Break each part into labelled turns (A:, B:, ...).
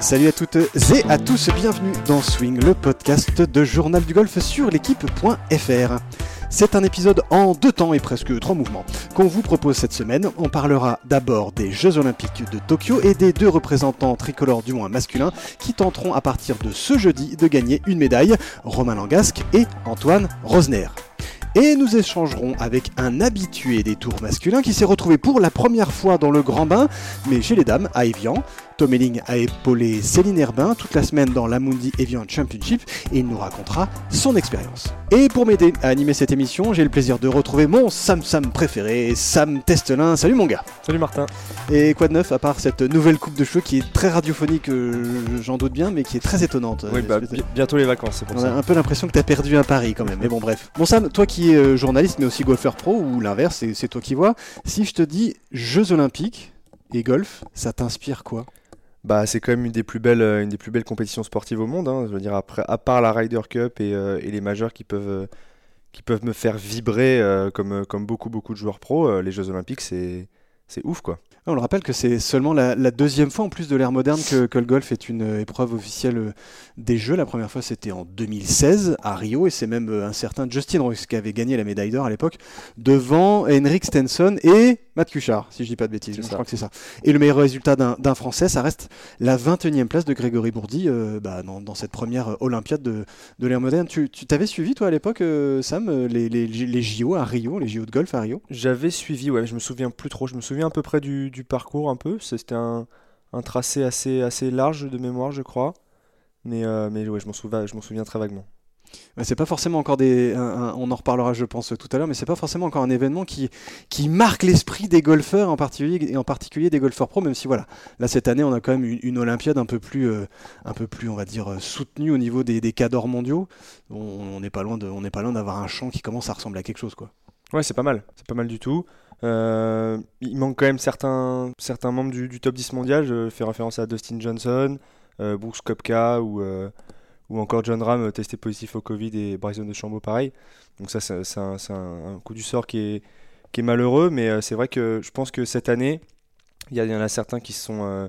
A: Salut à toutes et à tous, bienvenue dans Swing, le podcast de Journal du Golf sur l'équipe.fr. C'est un épisode en 2 temps et presque 3 mouvements qu'on vous propose cette semaine. On parlera d'abord des Jeux Olympiques de Tokyo et des 2 représentants tricolores du moins masculins qui tenteront à partir de ce jeudi de gagner une médaille, Romain Langasque et Antoine Rosner. Et nous échangerons avec un habitué des tours masculins qui s'est retrouvé pour la première fois dans le grand bain, mais chez les dames, à Evian. Tom Elling a épaulé Céline Herbin toute la semaine dans l'Amundi Evian Championship et il nous racontera son expérience. Et pour m'aider à animer cette émission, j'ai le plaisir de retrouver mon Sam préféré, Sam Testelin. Salut mon gars.
B: Salut Martin.
A: Et quoi de neuf à part cette nouvelle coupe de cheveux qui est très radiophonique, j'en doute bien, mais qui est très étonnante.
B: Oui, bientôt les vacances, c'est pour ça.
A: On a un peu l'impression que t'as perdu un pari quand même, mais bon bref. Bon Sam, toi qui es journaliste mais aussi golfeur pro, ou l'inverse, c'est toi qui vois, si je te dis Jeux Olympiques et golf, ça t'inspire quoi ?
B: Bah, c'est quand même une des plus belles compétitions sportives au monde, hein. Je veux dire, après, à part la Ryder Cup et les majors qui peuvent me faire vibrer comme beaucoup de joueurs pros, les Jeux Olympiques, c'est ouf quoi.
A: On le rappelle que c'est seulement la deuxième fois en plus de l'ère moderne que le golf est une épreuve officielle des Jeux. La première fois c'était en 2016 à Rio et c'est même un certain Justin Rose qui avait gagné la médaille d'or à l'époque devant Henrik Stenson et Matt Kuchar, si je dis pas de bêtises, je crois que c'est ça. Et le meilleur résultat d'un Français, ça reste la 21e place de Grégory Bourdi dans cette première Olympiade de l'ère moderne. Tu t'avais suivi toi à l'époque, Sam, les JO à Rio, les JO de golf à Rio ?
B: J'avais suivi, ouais, je me souviens plus trop, je me souviens à peu près du parcours un peu, c'était un tracé assez large de mémoire je crois, mais ouais, je m'en souviens très vaguement.
A: C'est pas forcément encore on en reparlera je pense tout à l'heure, mais c'est pas forcément encore un événement qui marque l'esprit des golfeurs en particulier des golfeurs pros, même si voilà, là cette année on a quand même une Olympiade un peu plus on va dire soutenue au niveau des cadors mondiaux. On n'est pas loin d'avoir un champ qui commence à ressembler à quelque chose quoi.
B: Ouais, c'est pas mal du tout. Il manque quand même certains membres du top 10 mondial. Je fais référence à Dustin Johnson, Brooks Koepka ou encore Jon Rahm testé positif au Covid et Bryson DeChambeau pareil. Donc ça c'est un coup du sort qui est malheureux, mais c'est vrai que je pense que cette année il y en a certains qui sont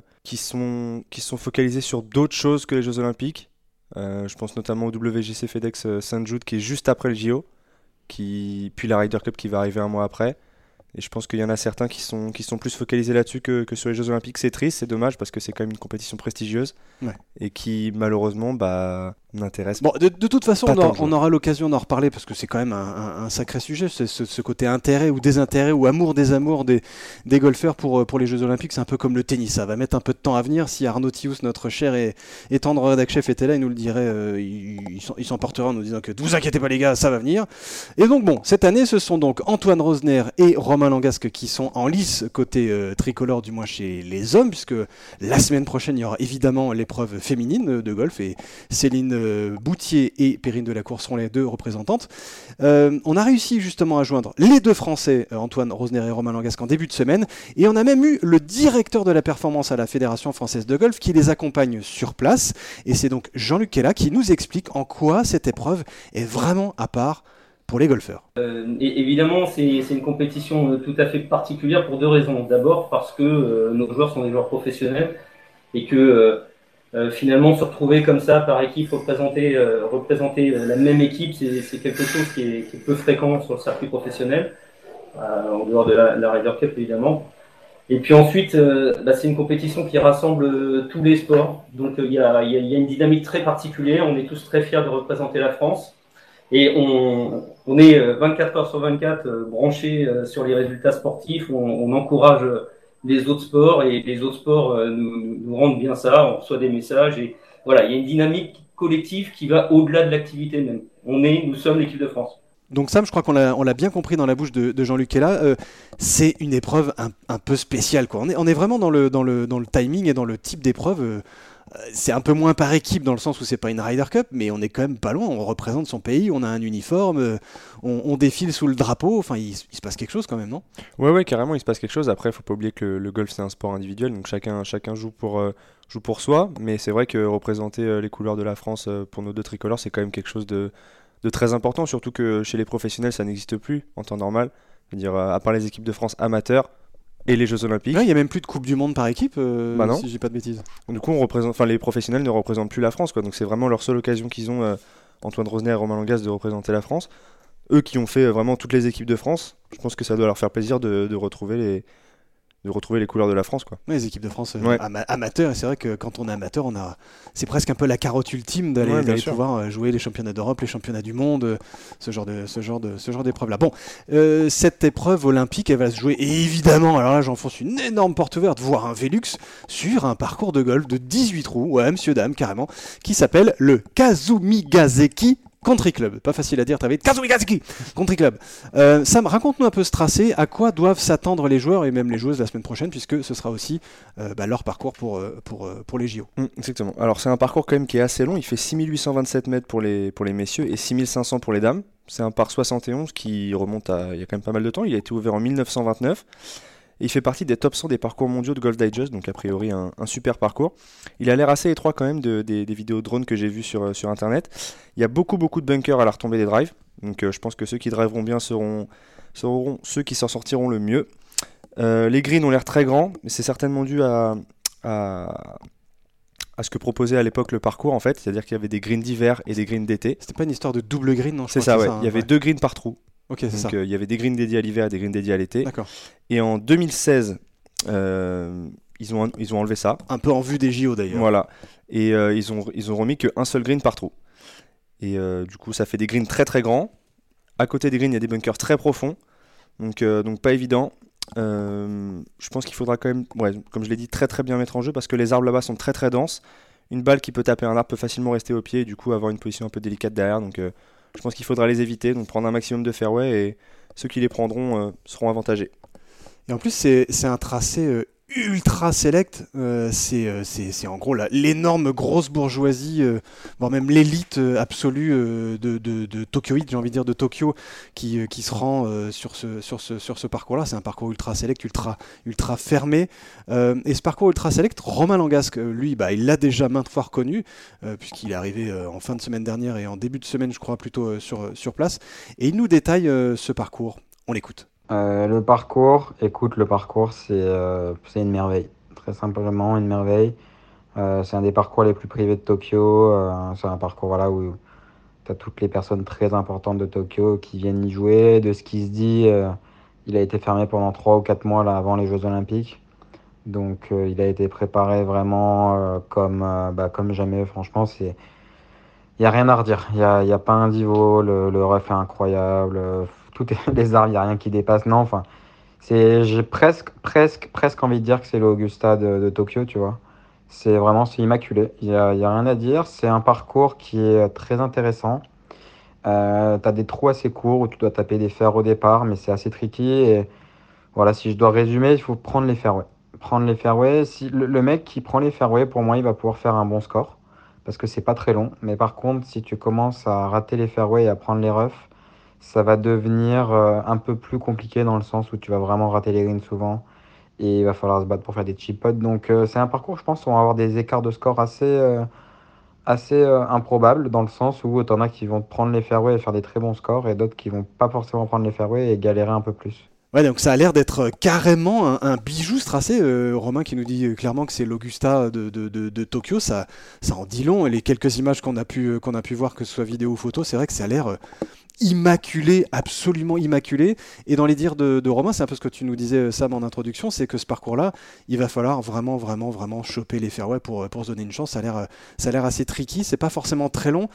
B: focalisés sur d'autres choses que les Jeux Olympiques. Je pense notamment au WGC FedEx St. Jude qui est juste après le JO, puis la Ryder Cup qui va arriver un mois après. Et je pense qu'il y en a certains qui sont plus focalisés là-dessus que sur les Jeux Olympiques. C'est triste, c'est dommage parce que c'est quand même une compétition prestigieuse et qui malheureusement n'intéresse
A: pas. Bon, de toute façon, on aura l'occasion d'en reparler parce que c'est quand même un sacré sujet. C'est ce côté intérêt ou désintérêt ou amour-désamour des golfeurs pour les Jeux Olympiques. C'est un peu comme le tennis. Ça va mettre un peu de temps à venir. Si Arnaud Thious, notre cher et tendre rédac-chef, était là, il nous le dirait. Il s'emportera en nous disant que ne vous inquiétez pas les gars, ça va venir. Et donc bon, cette année, ce sont donc Antoine Rosner et Romain Langasque qui sont en lice côté tricolore, du moins chez les hommes, puisque la semaine prochaine, il y aura évidemment l'épreuve féminine de golf et Céline Boutier et Perrine Delacour seront les 2 représentantes. On a réussi justement à joindre les 2 Français, Antoine Rosner et Romain Langasque, en début de semaine, et on a même eu le directeur de la performance à la Fédération française de golf qui les accompagne sur place, et c'est donc Jean-Luc Kella qui nous explique en quoi cette épreuve est vraiment à part pour les golfeurs.
C: Et évidemment, c'est une compétition tout à fait particulière pour 2 raisons. D'abord parce que nos joueurs sont des joueurs professionnels et que finalement se retrouver comme ça par équipe, représenter la même équipe, c'est quelque chose qui est peu fréquent sur le circuit professionnel, en dehors de la Ryder Cup évidemment. Et puis ensuite, c'est une compétition qui rassemble tous les sports. Donc il y a une dynamique très particulière. On est tous très fiers de représenter la France. Et on est 24 heures sur 24 branchés sur les résultats sportifs. On encourage les autres sports et les autres sports nous rendent bien ça. On reçoit des messages et voilà, il y a une dynamique collective qui va au-delà de l'activité même. Nous sommes l'équipe de France.
A: Donc Sam, je crois qu'on l'a bien compris dans la bouche de Jean-Luc Kella, c'est une épreuve un peu spéciale, quoi. On est vraiment dans le timing et dans le type d'épreuve. C'est un peu moins par équipe dans le sens où c'est pas une Ryder Cup, mais on est quand même pas loin. On représente son pays, on a un uniforme, on défile sous le drapeau. Enfin, il se passe quelque chose quand même, non ?
B: Ouais, carrément, il se passe quelque chose. Après, il faut pas oublier que le golf c'est un sport individuel, donc chacun joue pour soi. Mais c'est vrai que représenter les couleurs de la France pour nos 2 tricolores, c'est quand même quelque chose de très important. Surtout que chez les professionnels, ça n'existe plus en temps normal. Je veux dire, à part les équipes de France amateurs, et les Jeux Olympiques.
A: Il y a même plus de Coupe du Monde par équipe,
B: non.
A: si je dis pas de bêtises.
B: Du coup, les professionnels ne représentent plus la France, quoi. Donc c'est vraiment leur seule occasion qu'ils ont, Antoine Rosner et Romain Langas, de représenter la France. Eux qui ont fait vraiment toutes les équipes de France, je pense que ça doit leur faire plaisir de retrouver les couleurs de la France, quoi.
A: Les équipes de France amateurs, et c'est vrai que quand on est amateur, c'est presque un peu la carotte ultime d'aller pouvoir jouer les championnats d'Europe, les championnats du monde, ce genre d'épreuve là. Bon, cette épreuve olympique, elle va se jouer, et évidemment, alors là j'enfonce une énorme porte ouverte, voire un Vélux, sur un parcours de golf de 18 trous, monsieur dame carrément, qui s'appelle le Kazumigazeki Country Club, pas facile à dire, t'avais Kazumigazeki Country Club. Sam, raconte-nous un peu ce tracé, à quoi doivent s'attendre les joueurs et même les joueuses la semaine prochaine, puisque ce sera aussi leur parcours pour les JO.
B: Exactement. Alors c'est un parcours quand même qui est assez long, il fait 6827 mètres pour les messieurs et 6500 pour les dames. C'est un par 71 qui remonte il y a quand même pas mal de temps, il a été ouvert en 1929. Et il fait partie des top 100 des parcours mondiaux de Golf Digest, donc a priori un super parcours. Il a l'air assez étroit quand même des vidéos drone que j'ai vues sur internet. Il y a beaucoup de bunkers à la retombée des drives, donc je pense que ceux qui driveront bien seront ceux qui s'en sortiront le mieux. Les greens ont l'air très grands, mais c'est certainement dû à ce que proposait à l'époque le parcours, en fait, c'est-à-dire qu'il y avait des greens d'hiver et des greens d'été.
A: C'était pas une histoire de double green, non?
B: C'est ça, ouais. Il y avait 2 greens par trou.
A: Ok, c'est ça.
B: Il y avait des greens dédiés à l'hiver et des greens dédiés à l'été.
A: D'accord.
B: Et en 2016, ils ont enlevé ça.
A: Un peu en vue des JO d'ailleurs.
B: Voilà. Et ils ont remis qu'un seul green par trou. Et du coup, ça fait des greens très très grands. À côté des greens, il y a des bunkers très profonds. Donc pas évident. Je pense qu'il faudra quand même, comme je l'ai dit, très très bien mettre en jeu parce que les arbres là-bas sont très très denses. Une balle qui peut taper un arbre peut facilement rester au pied et du coup avoir une position un peu délicate derrière. Donc je pense qu'il faudra les éviter, donc prendre un maximum de fairway et ceux qui les prendront seront avantagés.
A: Et en plus, c'est un tracé ultra select. C'est en gros l'énorme grosse bourgeoisie, voire même l'élite absolue de Tokyoïde, j'ai envie de dire de Tokyo, qui se rend sur ce parcours-là. C'est un parcours ultra select, ultra fermé. Et ce parcours ultra select, Romain Langas, lui, il l'a déjà maintes fois reconnu, puisqu'il est arrivé en fin de semaine dernière et en début de semaine, je crois, plutôt sur place. Et il nous détaille ce parcours. On l'écoute.
D: Le parcours, c'est une merveille. Très simplement, une merveille. C'est un des parcours les plus privés de Tokyo. C'est un parcours où tu as toutes les personnes très importantes de Tokyo qui viennent y jouer. De ce qui se dit, il a été fermé pendant 3 ou 4 mois avant les Jeux Olympiques. Donc il a été préparé vraiment comme jamais. Franchement, il n'y a rien à redire. Il y a pas un niveau, le rough est incroyable. Les arbres, il n'y a rien qui dépasse. Non, enfin, j'ai presque envie de dire que c'est l'Augusta de Tokyo, tu vois. C'est immaculé. Il y a rien à dire. C'est un parcours qui est très intéressant. Tu as des trous assez courts où tu dois taper des fers au départ, mais c'est assez tricky. Et voilà, si je dois résumer, il faut prendre les fairways. Si le mec qui prend les fairways, pour moi, il va pouvoir faire un bon score parce que c'est pas très long. Mais par contre, si tu commences à rater les fairways et à prendre les roughs, ça va devenir un peu plus compliqué dans le sens où tu vas vraiment rater les greens souvent et il va falloir se battre pour faire des chip putts. Donc c'est un parcours, je pense, où on va avoir des écarts de score assez improbables dans le sens où t'en as qui vont prendre les fairways et faire des très bons scores et d'autres qui vont pas forcément prendre les fairways et galérer un peu plus.
A: Ouais, donc ça a l'air d'être carrément un bijou ce tracé. Romain qui nous dit clairement que c'est l'Augusta de Tokyo, ça en dit long. Et les quelques images qu'on a pu voir, que ce soit vidéo ou photo, c'est vrai que ça a l'air immaculé, absolument immaculé. Et dans les dires de Romain, c'est un peu ce que tu nous disais, Sam, en introduction, c'est que ce parcours-là, il va falloir vraiment choper les fairways pour se donner une chance. Ça a l'air assez tricky, c'est pas forcément très long.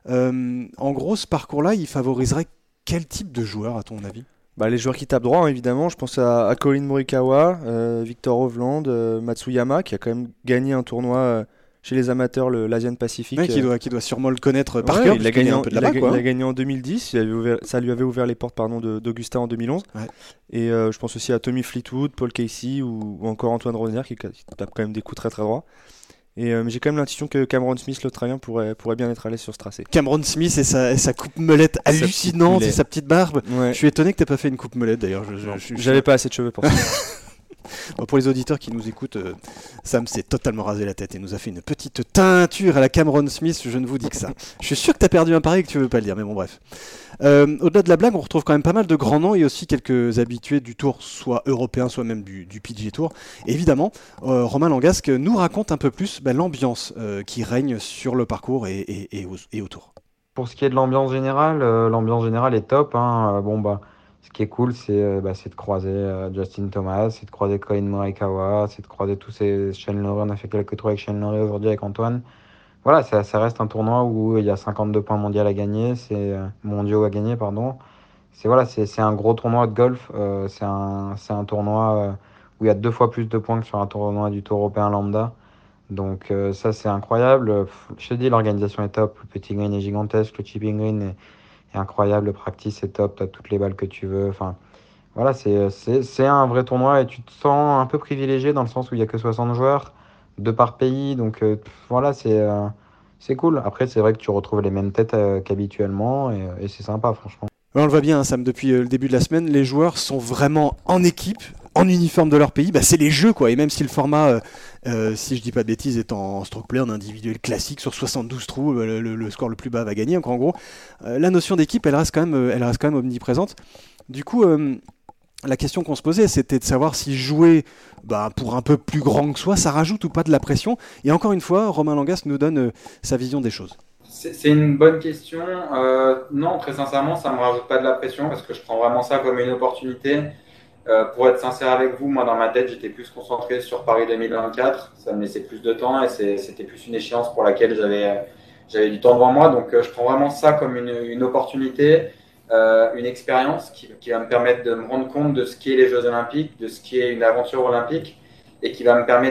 A: En gros, ce parcours-là, il favoriserait quel type de joueur, à ton avis ?
B: Les joueurs qui tapent droit, évidemment. Je pense à Colin Morikawa, Victor Hovland, Matsuyama, qui a quand même gagné un tournoi chez les amateurs, l'Asian Pacific.
A: Ouais, qui doit sûrement le connaître par cœur.
B: Il a gagné en 2010, ça lui avait ouvert les portes d'Augusta en 2011. Ouais. Et je pense aussi à Tommy Fleetwood, Paul Casey ou encore Antoine Rosner qui tape quand même des coups très très droits. Et j'ai quand même l'intuition que Cameron Smith, l'Australien, pourrait bien être à l'aise sur ce tracé.
A: Cameron Smith et sa coupe melette hallucinante et sa petite barbe.
B: Ouais.
A: Je suis étonné que tu n'aies pas fait une coupe melette d'ailleurs.
B: J'avais pas assez de cheveux pour ça.
A: Bon, pour les auditeurs qui nous écoutent, Sam s'est totalement rasé la tête et nous a fait une petite teinture à la Cameron Smith, je ne vous dis que ça. Je suis sûr que tu as perdu un pari et que tu veux pas le dire, mais bon bref. Au-delà de la blague, on retrouve quand même pas mal de grands noms et aussi quelques habitués du tour, soit européen, soit même du PGA Tour. Évidemment, Romain Langasque nous raconte un peu plus l'ambiance qui règne sur le parcours et autour.
D: Pour ce qui est de l'ambiance générale est top, hein. Ce qui est cool, c'est de croiser Justin Thomas, c'est de croiser Collin Morikawa, c'est de croiser tous ces Shane Lowry. On a fait quelques tours avec Shane Lowry aujourd'hui avec Antoine. Voilà, ça reste un tournoi où il y a 52 points mondiaux à gagner, pardon. C'est un gros tournoi de golf. C'est un tournoi où il y a 2 fois plus de points que sur un tournoi du Tour européen lambda. Donc ça, c'est incroyable. Je te dis, l'organisation est top. Le petit green est gigantesque, le chipping green est incroyable, le practice est top, tu as toutes les balles que tu veux. Enfin, voilà, c'est un vrai tournoi et tu te sens un peu privilégié dans le sens où il n'y a que 60 joueurs, 2 par pays. Donc voilà, c'est cool. Après, c'est vrai que tu retrouves les mêmes têtes qu'habituellement et c'est sympa, franchement.
A: Ouais, on le voit bien, hein, Sam, depuis le début de la semaine, les joueurs sont vraiment en équipe, en uniforme de leur pays. C'est les jeux, quoi. Et même si le format, si je dis pas de bêtises, est en stroke play, en individuel classique, sur 72 trous, le score le plus bas va gagner. Donc en gros, la notion d'équipe, elle reste quand même omniprésente. Du coup, la question qu'on se posait, c'était de savoir si jouer pour un peu plus grand que soi, ça rajoute ou pas de la pression. Et encore une fois, Romain Langasque nous donne sa vision des choses.
E: C'est une bonne question. Non, très sincèrement, ça ne me rajoute pas de la pression parce que je prends vraiment ça comme une opportunité. Pour être sincère avec vous, moi dans ma tête, j'étais plus concentré sur Paris 2024. Ça me laissait plus de temps et c'était plus une échéance pour laquelle j'avais du temps devant moi. Donc je prends vraiment ça comme une opportunité, une expérience qui va me permettre de me rendre compte de ce qu'est les Jeux Olympiques, de ce qu'est une aventure olympique et qui va me permettre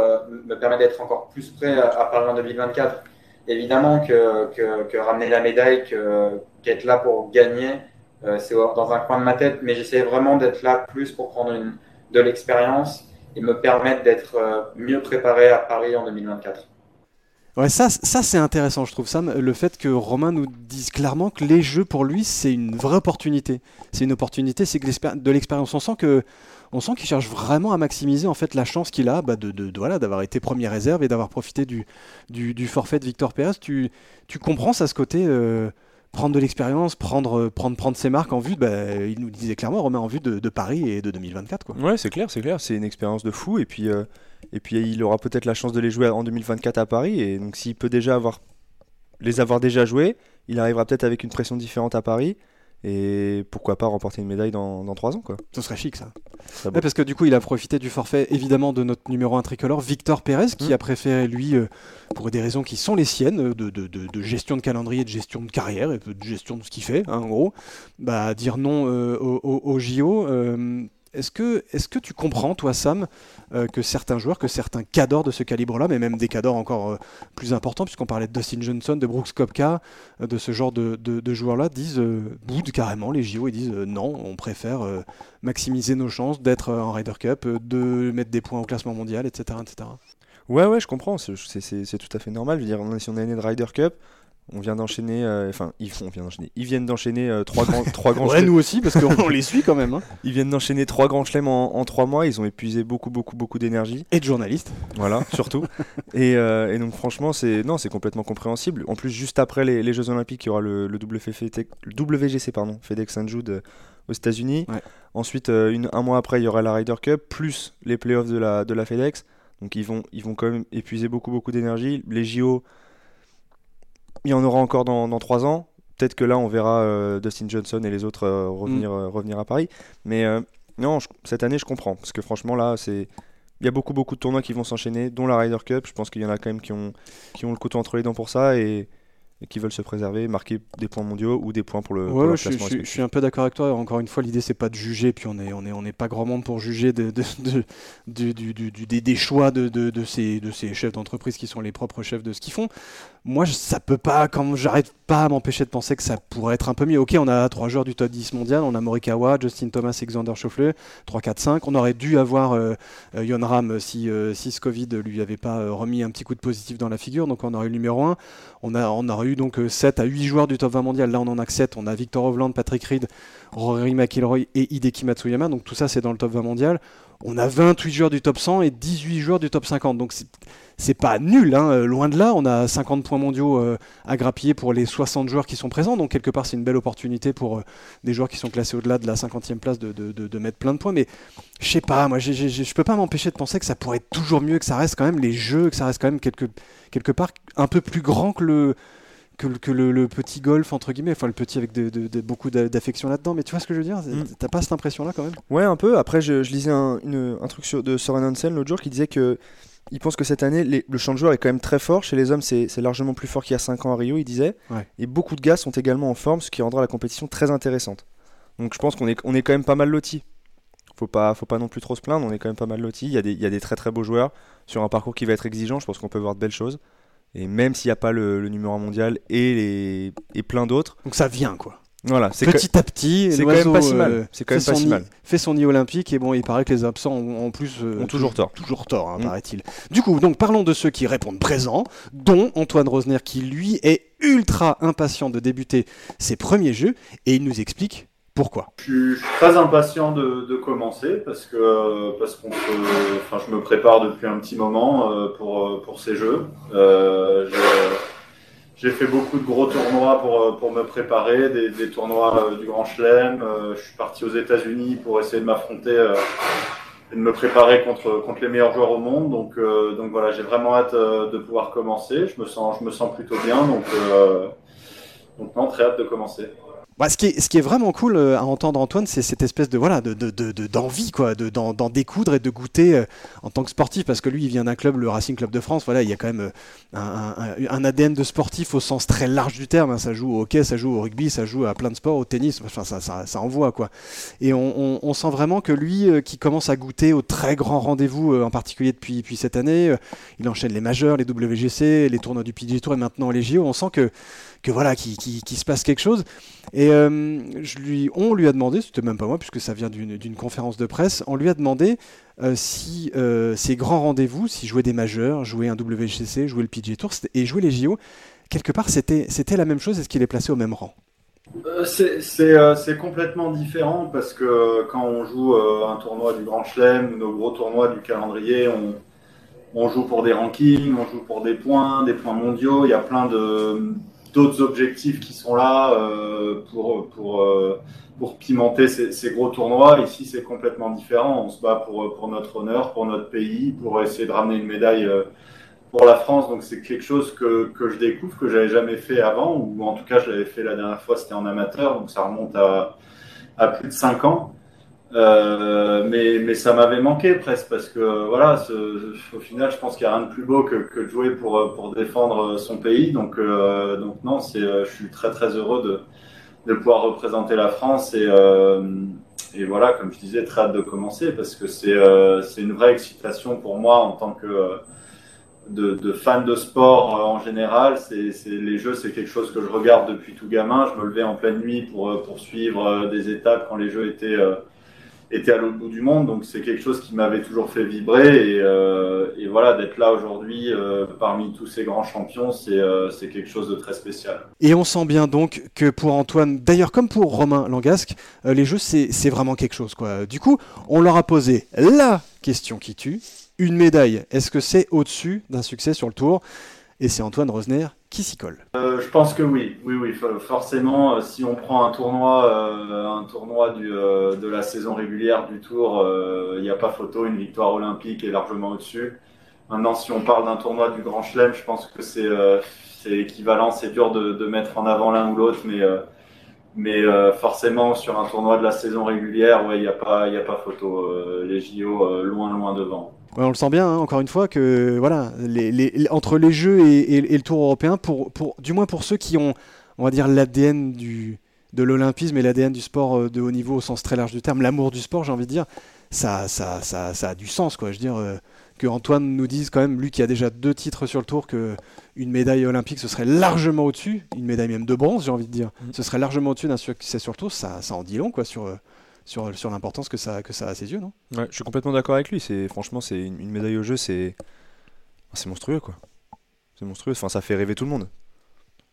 E: d'être encore plus prêt à Paris en 2024. Évidemment que ramener la médaille, qu'être là pour gagner, c'est dans un coin de ma tête, mais j'essaie vraiment d'être là plus pour prendre de l'expérience et me permettre d'être mieux préparé à Paris en 2024.
A: Ouais, ça c'est intéressant, je trouve, Sam, le fait que Romain nous dise clairement que les jeux pour lui c'est une vraie opportunité. C'est une opportunité, c'est de l'expérience. On sent qu'il cherche vraiment à maximiser en fait la chance qu'il a d'avoir été première réserve et d'avoir profité du forfait de Victor Pérez. Tu comprends ça, ce côté prendre de l'expérience, prendre ses marques en vue, il nous disait clairement, Romain, en vue de Paris et de 2024. Quoi.
B: Ouais, c'est clair, c'est une expérience de fou et puis il aura peut-être la chance de les jouer en 2024 à Paris et donc s'il peut déjà les avoir déjà joués, il arrivera peut-être avec une pression différente à Paris. Et pourquoi pas remporter une médaille dans 3 ans, quoi.
A: Ce serait chic, ça. Ouais, parce que du coup, il a profité du forfait, évidemment, de notre numéro 1 tricolore, Victor Pérez, qui a préféré, lui, pour des raisons qui sont les siennes, de gestion de calendrier, de gestion de carrière, et de gestion de ce qu'il fait, hein, en gros, dire non au JO. Est-ce que tu comprends, toi, Sam, que certains joueurs, que certains cadors de ce calibre-là, mais même des cadors encore plus importants, puisqu'on parlait de Dustin Johnson, de Brooks Koepka, de ce genre de joueurs-là, boudent carrément les JO et disent non, on préfère maximiser nos chances d'être en Ryder Cup, de mettre des points au classement mondial, etc. etc.
B: Ouais, je comprends, c'est tout à fait normal. Je veux dire, si on est né de Ryder Cup, on vient d'enchaîner, ils viennent d'enchaîner 3 grands
A: ouais, nous aussi, parce qu'on les suit quand même. Hein.
B: Ils viennent d'enchaîner 3 grands chelems en 3 mois, ils ont épuisé beaucoup d'énergie.
A: Et de journalistes.
B: Voilà, surtout. et donc franchement, c'est complètement compréhensible. En plus, juste après les Jeux Olympiques, il y aura le WGC, FedEx St. Jude aux États-Unis. Ouais. Ensuite, un mois après, il y aura la Ryder Cup, plus les playoffs de la FedEx. Donc ils vont quand même épuiser beaucoup d'énergie. Les JO... Il y en aura encore dans 3 ans. Peut-être que là, on verra Dustin Johnson et les autres revenir à Paris. Mais non, cette année, je comprends. Parce que franchement, là, il y a beaucoup de tournois qui vont s'enchaîner, dont la Ryder Cup. Je pense qu'il y en a quand même qui ont le couteau entre les dents pour ça et qui veulent se préserver, marquer des points mondiaux ou des points pour le classement.
A: Je suis un peu d'accord avec toi. Encore une fois, l'idée, c'est pas de juger. Puis on est pas grand monde pour juger des choix de ces chefs d'entreprise qui sont les propres chefs de ce qu'ils font. Moi, ça peut pas, quand j'arrête pas à m'empêcher de penser que ça pourrait être un peu mieux. Ok, on a 3 joueurs du top 10 mondial, on a Morikawa, Justin Thomas et Xander Schauffele, 3, 4, 5. On aurait dû avoir Jon Rahm si ce Covid lui avait pas remis un petit coup de positif dans la figure, donc on aurait eu le numéro 1. On aurait eu donc 7 à 8 joueurs du top 20 mondial, là on en a que 7. On a Victor Hovland, Patrick Reed, Rory McIlroy et Hideki Matsuyama, donc tout ça c'est dans le top 20 mondial. On a 28 joueurs du top 100 et 18 joueurs du top 50, donc c'est pas nul, hein. Loin de là. On a 50 points mondiaux à grappiller pour les 60 joueurs qui sont présents, donc quelque part c'est une belle opportunité pour des joueurs qui sont classés au-delà de la 50e place de mettre plein de points, mais je sais pas, moi je peux pas m'empêcher de penser que ça pourrait être toujours mieux, que ça reste quand même les jeux, que ça reste quand même quelque part un peu plus grand que le petit golf entre guillemets, enfin le petit avec beaucoup d'affection là-dedans, mais tu vois ce que je veux dire, t'as pas cette impression là quand même?
B: Ouais, un peu. Après je lisais un truc de Soren Hansen l'autre jour qui disait que il pense que cette année le champ de joueurs est quand même très fort. Chez les hommes c'est largement plus fort qu'il y a 5 ans à Rio, il disait, et beaucoup de gars sont également en forme, ce qui rendra la compétition très intéressante. Donc je pense qu'on est quand même pas mal lotis. Faut pas non plus trop se plaindre, on est quand même pas mal lotis. Il y a des très très beaux joueurs sur un parcours qui va être exigeant. Je pense qu'on peut voir de belles choses. Et même s'il n'y a pas le numéro 1 mondial et plein d'autres.
A: Donc ça vient quoi.
B: Voilà,
A: petit à petit,
B: c'est quand même pas si mal. C'est quand même pas si mal.
A: Fait son nid olympique et bon, il paraît que les absents ont
B: toujours tort.
A: Toujours tort, hein, paraît-il. Du coup, donc parlons de ceux qui répondent présent, dont Antoine Rosner qui lui est ultra impatient de débuter ses premiers jeux et il nous explique pourquoi.
F: Je suis très impatient de commencer parce que je me prépare depuis un petit moment pour ces jeux. J'ai fait beaucoup de gros tournois pour me préparer, des tournois du Grand Chelem. Je suis parti aux États-Unis pour essayer de m'affronter et de me préparer contre les meilleurs joueurs au monde. Donc voilà, j'ai vraiment hâte de pouvoir commencer. Je me sens plutôt bien, donc non, très hâte de commencer.
A: Bah, ce qui est vraiment cool à entendre Antoine, c'est cette espèce d'envie quoi, d'en découdre et de goûter en tant que sportif, parce que lui il vient d'un club, le Racing Club de France, voilà, il y a quand même un ADN de sportif au sens très large du terme, hein. Ça joue au hockey, ça joue au rugby, ça joue à plein de sports, au tennis, enfin ça envoie quoi. Et on sent vraiment que lui qui commence à goûter aux très grands rendez-vous, en particulier depuis cette année, il enchaîne les majeurs, les WGC, les tournois du PGA Tour et maintenant les JO, on sent que voilà, qu'il se passe quelque chose. Et on lui a demandé, c'était même pas moi puisque ça vient d'une conférence de presse, on lui a demandé si ces grands rendez-vous, si jouer des majeurs, jouer un WGC, jouer le PGA Tour et jouer les JO, quelque part c'était la même chose, est-ce qu'il est placé au même rang?
F: C'est complètement différent parce que quand on joue un tournoi du Grand Chelem, nos gros tournois du calendrier, on joue pour des rankings, on joue pour des points mondiaux, il y a plein d'autres objectifs qui sont là pour pimenter ces gros tournois. Ici, c'est complètement différent. On se bat pour notre honneur, pour notre pays, pour essayer de ramener une médaille pour la France. Donc, c'est quelque chose que je découvre, que j'avais jamais fait avant, ou en tout cas, je l'avais fait la dernière fois, c'était en amateur. Donc, ça remonte à plus de 5 ans. Mais ça m'avait manqué presque parce que voilà, au final, je pense qu'il n'y a rien de plus beau que de jouer pour défendre son pays. Donc non, je suis très très heureux de pouvoir représenter la France et voilà, comme je disais, très hâte de commencer parce que c'est une vraie excitation pour moi en tant que de fan de sport en général. Les jeux, c'est quelque chose que je regarde depuis tout gamin. Je me levais en pleine nuit pour suivre des étapes quand les jeux étaient à l'autre bout du monde, donc c'est quelque chose qui m'avait toujours fait vibrer et voilà, d'être là aujourd'hui parmi tous ces grands champions, c'est quelque chose de très spécial.
A: Et on sent bien donc que pour Antoine, d'ailleurs comme pour Romain Langasque, les jeux c'est vraiment quelque chose quoi. Du coup, on leur a posé la question qui tue, une médaille, est-ce que c'est au-dessus d'un succès sur le tour? Et c'est Antoine Rosner qui s'y colle.
F: Je pense que oui, forcément, si on prend un tournoi de la saison régulière du Tour, il n'y a pas photo, une victoire olympique est largement au-dessus. Maintenant, si on parle d'un tournoi du Grand Chelem, je pense que c'est équivalent, c'est dur de mettre en avant l'un ou l'autre, mais forcément, sur un tournoi de la saison régulière, ouais, il n'y a pas photo. Les JO, loin devant.
A: Ouais, on le sent bien, hein, encore une fois, que voilà, entre les Jeux et le Tour européen, du moins pour ceux qui ont, on va dire, l'ADN de l'olympisme et l'ADN du sport de haut niveau au sens très large du terme, l'amour du sport, j'ai envie de dire, ça a du sens, quoi. Je veux dire, que Antoine nous dise quand même, lui qui a déjà 2 titres sur le Tour, qu'une médaille olympique, ce serait largement au-dessus, une médaille même de bronze, j'ai envie de dire, ce serait largement au-dessus d'un succès sur le Tour, ça en dit long, quoi, sur l'importance que ça a à ses yeux, non?
B: Ouais, je suis complètement d'accord avec lui. Franchement, c'est une médaille au jeu, c'est monstrueux quoi. C'est monstrueux. Enfin, ça fait rêver tout le monde.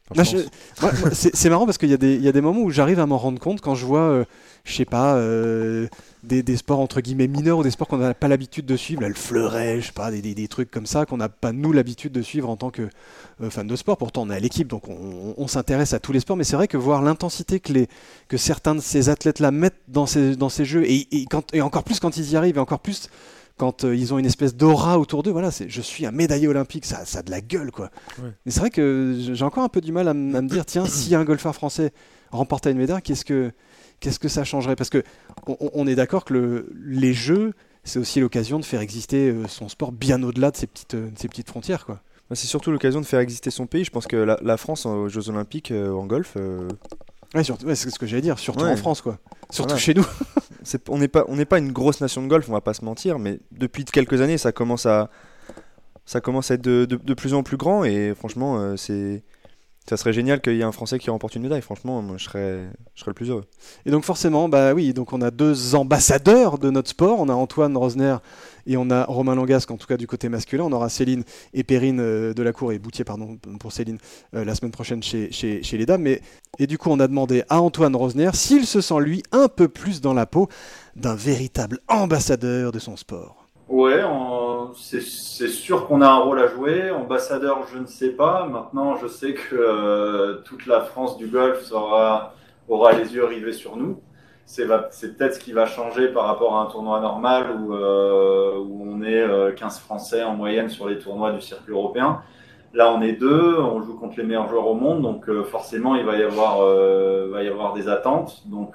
A: Moi, c'est marrant parce qu'il y a des moments où j'arrive à m'en rendre compte quand je vois, je sais pas, des sports entre guillemets mineurs ou des sports qu'on n'a pas l'habitude de suivre, là, le fleuret, je sais pas, des trucs comme ça qu'on n'a pas nous l'habitude de suivre en tant que fan de sport. Pourtant, on est à l'équipe, donc on s'intéresse à tous les sports. Mais c'est vrai que voir l'intensité que certains de ces athlètes-là mettent dans ces jeux, et encore plus quand ils y arrivent, et encore plus quand ils ont une espèce d'aura autour d'eux, voilà, je suis un médaillé olympique, ça a de la gueule, quoi. Ouais. Mais c'est vrai que j'ai encore un peu du mal à me dire, tiens, si un golfeur français remportait une médaille, qu'est-ce que ça changerait ? Parce que on est d'accord que les jeux, c'est aussi l'occasion de faire exister son sport bien au-delà de ces petites frontières, quoi.
B: C'est surtout l'occasion de faire exister son pays. Je pense que la France aux Jeux Olympiques en golf.
A: Ouais, c'est ce que j'allais dire, surtout en France, quoi. Surtout chez nous.
B: On n'est pas une grosse nation de golf, on va pas se mentir, mais depuis quelques années, ça commence à être de plus en plus grand, et franchement, ça serait génial qu'il y ait un Français qui remporte une médaille. Franchement, moi, je serais le plus heureux.
A: Et donc forcément, bah oui, donc on a 2 ambassadeurs de notre sport. On a Antoine Rosner et on a Romain Langasque, en tout cas du côté masculin. On aura Céline et Perrine Delacour et Boutier, pardon, pour Céline, la semaine prochaine chez les dames. Et du coup, on a demandé à Antoine Rosner s'il se sent, lui, un peu plus dans la peau d'un véritable ambassadeur de son sport.
F: Ouais, c'est sûr qu'on a un rôle à jouer. Ambassadeur, je ne sais pas. Maintenant, je sais que toute la France du golf aura les yeux rivés sur nous. C'est peut-être ce qui va changer par rapport à un tournoi normal où on est 15 Français en moyenne sur les tournois du circuit européen. Là, on est 2, on joue contre les meilleurs joueurs au monde, donc forcément, il va y avoir des attentes. Donc,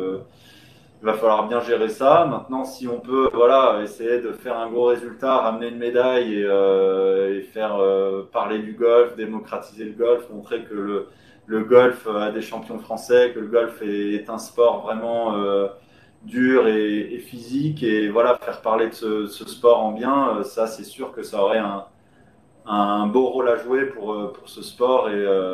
F: il va falloir bien gérer ça. Maintenant, si on peut essayer de faire un gros résultat, ramener une médaille et faire parler du golf, démocratiser le golf, montrer que le golf a des champions français, que le golf est un sport vraiment dur et physique, et voilà, faire parler de ce sport en bien, ça c'est sûr que ça aurait un beau rôle à jouer pour ce sport,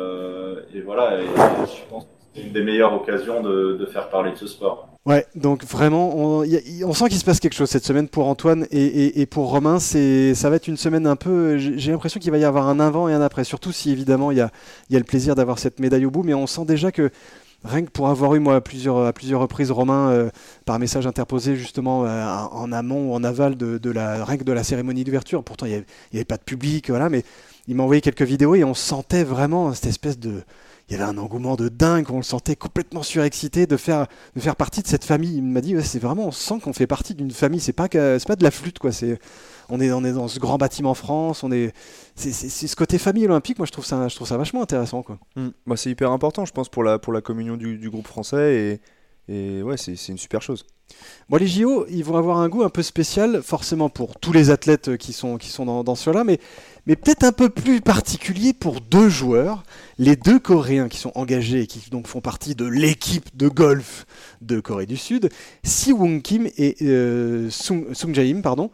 F: et voilà, et je pense que c'est une des meilleures occasions de faire parler de ce sport.
A: Ouais, donc vraiment, on sent qu'il se passe quelque chose cette semaine pour Antoine et pour Romain. Ça va être une semaine un peu. J'ai l'impression qu'il va y avoir un avant et un après. Surtout si évidemment il y a le plaisir d'avoir cette médaille au bout. Mais on sent déjà que rien que pour avoir eu moi à plusieurs reprises Romain par message interposé justement en amont ou en aval rien que de la cérémonie d'ouverture. Pourtant il y avait pas de public, voilà, mais il m'a envoyé quelques vidéos et on sentait vraiment cette espèce de. Il y avait un engouement de dingue, on le sentait complètement surexcité de faire partie de cette famille. Il m'a dit, ouais, c'est vraiment, on sent qu'on fait partie d'une famille, c'est pas de la flûte, quoi. On est dans ce grand bâtiment France, c'est ce côté famille olympique, moi je trouve ça vachement intéressant, quoi.
B: Bah, c'est hyper important, je pense, pour la communion du groupe français, et ouais, c'est une super chose.
A: Bon, les JO, ils vont avoir un goût un peu spécial, forcément pour tous les athlètes qui sont dans ceux-là, mais peut-être un peu plus particulier pour 2 joueurs, les 2 Coréens qui sont engagés et qui donc font partie de l'équipe de golf de Corée du Sud, Si-Woong Kim et Sung Jae-im, pardon.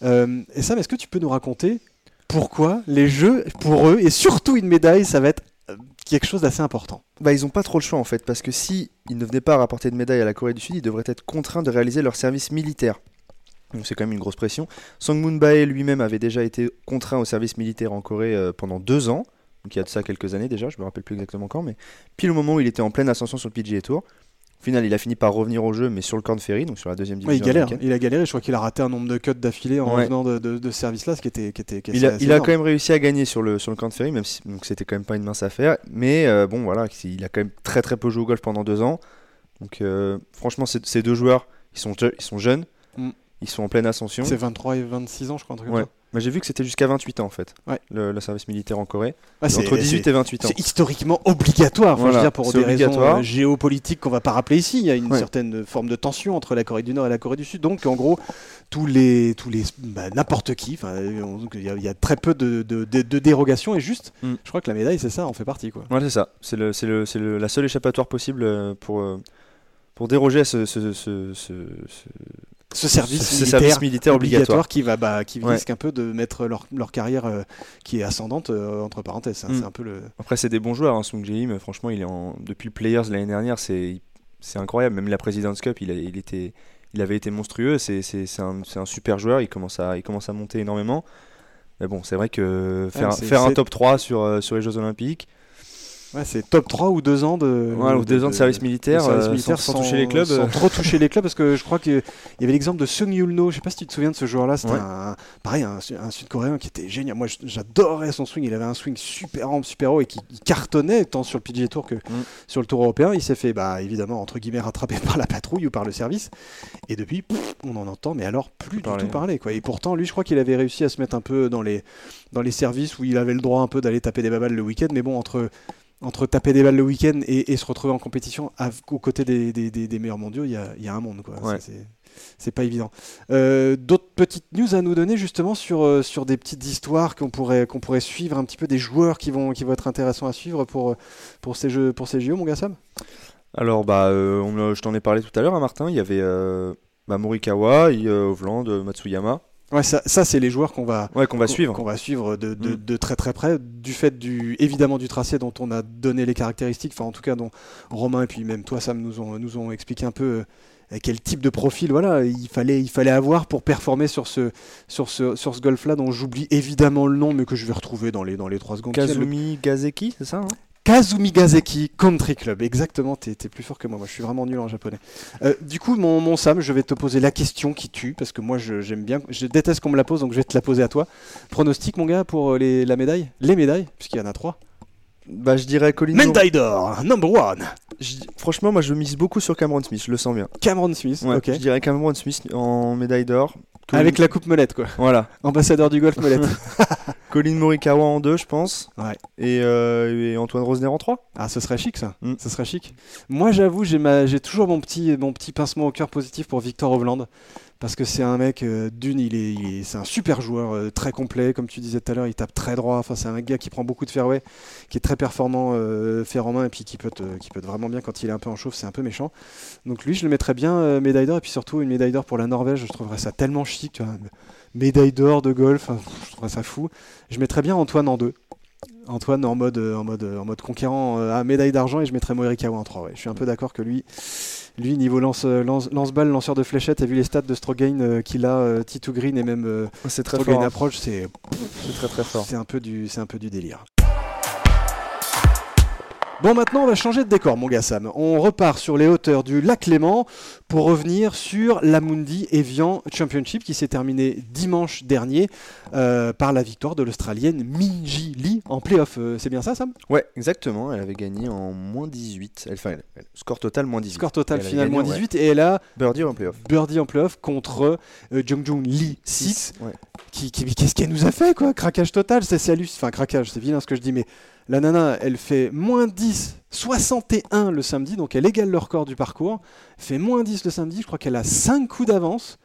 A: Et Sam, est-ce que tu peux nous raconter pourquoi les Jeux, pour eux, et surtout une médaille, ça va être quelque chose d'assez important?
B: Bah, ils n'ont pas trop le choix en fait, parce que si ils ne venaient pas rapporter de médaille à la Corée du Sud, ils devraient être contraints de réaliser leur service militaire. Donc c'est quand même une grosse pression. Sang Moon-bae lui-même avait déjà été contraint au service militaire en Corée pendant 2 ans, donc il y a de ça quelques années déjà, je me rappelle plus exactement quand, mais pile au moment où il était en pleine ascension sur le PGA Tour. Au final, il a fini par revenir au jeu, mais sur le Korn Ferry, donc sur la 2e division.
A: Ouais, il a galéré, je crois qu'il a raté un nombre de cuts d'affilée en revenant de ce service-là, ce qui était
B: il a quand même réussi à gagner sur le Korn Ferry, même si donc c'était quand même pas une mince affaire, mais bon voilà, il a quand même très très peu joué au golf pendant 2 ans. Donc franchement, ces 2 joueurs, ils sont jeunes, ils sont en pleine ascension.
A: C'est 23 et 26 ans, je crois, un truc comme ça.
B: Mais j'ai vu que c'était jusqu'à 28 ans en fait, le service militaire en Corée. Entre 18 et 28 ans.
A: C'est historiquement obligatoire, je veux dire, pour des raisons géopolitiques qu'on va pas rappeler ici. Il y a une certaine forme de tension entre la Corée du Nord et la Corée du Sud. Donc en gros, n'importe qui, il y a très peu de dérogations, et juste, je crois que la médaille, c'est ça, en fait partie, quoi.
B: Ouais, c'est ça. C'est la seule échappatoire possible pour déroger à ce service militaire obligatoire
A: qui risque un peu de mettre leur carrière qui est ascendante entre parenthèses. C'est un peu le.
B: Après, c'est des bons joueurs. Sung Jae-im, franchement, depuis le Players l'année dernière, c'est incroyable. Même la President's Cup, il avait été monstrueux. C'est un super joueur. Il commence à monter énormément. Mais bon, c'est vrai que faire un top 3 sur les Jeux Olympiques.
A: Ouais, c'est top 3 ou 2 ans de,
B: ou 2 ans de service militaire, sans toucher les clubs.
A: Sans trop toucher les clubs, parce que je crois qu'il y avait l'exemple de Sung Yul-no, je sais pas si tu te souviens de ce joueur-là, c'était un Sud-Coréen qui était génial. Moi j'adorais son swing, il avait un swing super ample, super haut et qui cartonnait tant sur le PGA Tour que sur le Tour européen. Il s'est fait évidemment entre guillemets rattrapé par la patrouille ou par le service, et depuis on en entend mais alors plus du tout parler, quoi. Et pourtant lui je crois qu'il avait réussi à se mettre un peu dans les services où il avait le droit un peu d'aller taper des babales le week-end, mais bon, entre taper des balles le week-end et se retrouver en compétition aux côtés des meilleurs mondiaux, il y a un monde, quoi.
B: Ouais.
A: C'est pas évident. D'autres petites news à nous donner justement sur des petites histoires qu'on pourrait suivre un petit peu, des joueurs qui vont être intéressants à suivre pour ces JO, mon gars Sam.
B: Alors je t'en ai parlé tout à l'heure, Martin. Il y avait Morikawa, Hovland, Matsuyama.
A: Ouais, ça c'est les joueurs qu'on va
B: suivre.
A: Qu'on va suivre de très très près, du fait évidemment du tracé dont on a donné les caractéristiques, enfin en tout cas dont Romain et puis même toi Sam nous ont expliqué un peu quel type de profil il fallait avoir pour performer sur ce golf là, dont j'oublie évidemment le nom mais que je vais retrouver dans les 3 secondes.
B: Kazumi Gazeki, c'est ça, hein?
A: Kazumi Gazeki Country Club, exactement, t'es plus fort que moi je suis vraiment nul en japonais. Du coup, mon Sam, je vais te poser la question qui tue, parce que moi j'aime bien, je déteste qu'on me la pose, donc je vais te la poser à toi. Pronostic, mon gars, pour les médailles, puisqu'il y en a 3.
B: Je dirais Colin
A: Médaille d'or, number 1.
B: Franchement, moi je mise beaucoup sur Cameron Smith, je le sens bien.
A: Cameron Smith, ok.
B: Je dirais Cameron Smith en médaille d'or.
A: Avec la coupe molette, quoi.
B: Voilà.
A: Ambassadeur du golf molette.
B: Colin Morikawa en 2, je pense.
A: Ouais.
B: Et Antoine Rosner en 3.
A: Ah, ce serait chic, ça. Ce serait chic. Moi, j'avoue, j'ai toujours mon petit pincement au cœur positif pour Victor Hovland. Parce que c'est un mec, c'est un super joueur, très complet, comme tu disais tout à l'heure, il tape très droit. Enfin, c'est un gars qui prend beaucoup de fairway, qui est très performant fer en main, et puis qui peut être vraiment bien quand il est un peu en chauffe, c'est un peu méchant. Donc lui, je le mettrais bien médaille d'or, et puis surtout une médaille d'or pour la Norvège, je trouverais ça tellement chic, tu vois, médaille d'or de golf, je trouverais ça fou. Je mettrais bien Antoine en 2. Antoine en mode conquérant à médaille d'argent, et je mettrais Morikawa en 3. Ouais. Je suis un peu d'accord que lui niveau lance-balle, lanceur de fléchettes, et vu les stats de Strogain qu'il a, T2 Green et même
B: c'est très
A: Strogain
B: fort, hein.
A: Approach, c'est
B: très très fort.
A: C'est un peu du délire. Bon, maintenant on va changer de décor, mon gars Sam. On repart sur les hauteurs du lac Léman pour revenir sur l'Amundi Evian Championship qui s'est terminé dimanche dernier par la victoire de l'Australienne Minjee Lee en play-off. C'est bien ça, Sam ?
B: Ouais, exactement. Elle avait gagné en moins 18. Score total moins 18.
A: Score total final moins 18, ouais. Et elle a
B: birdie en play-off.
A: Birdie en play-off contre Jung Lee 6.
B: Ouais.
A: Qu'est-ce qu'elle nous a fait, quoi ? Craquage total, enfin craquage, c'est vilain ce que je dis, mais la nana, elle fait moins 10, 61 le samedi, donc elle égale le record du parcours, fait moins 10 le samedi, je crois qu'elle a 5 coups d'avance,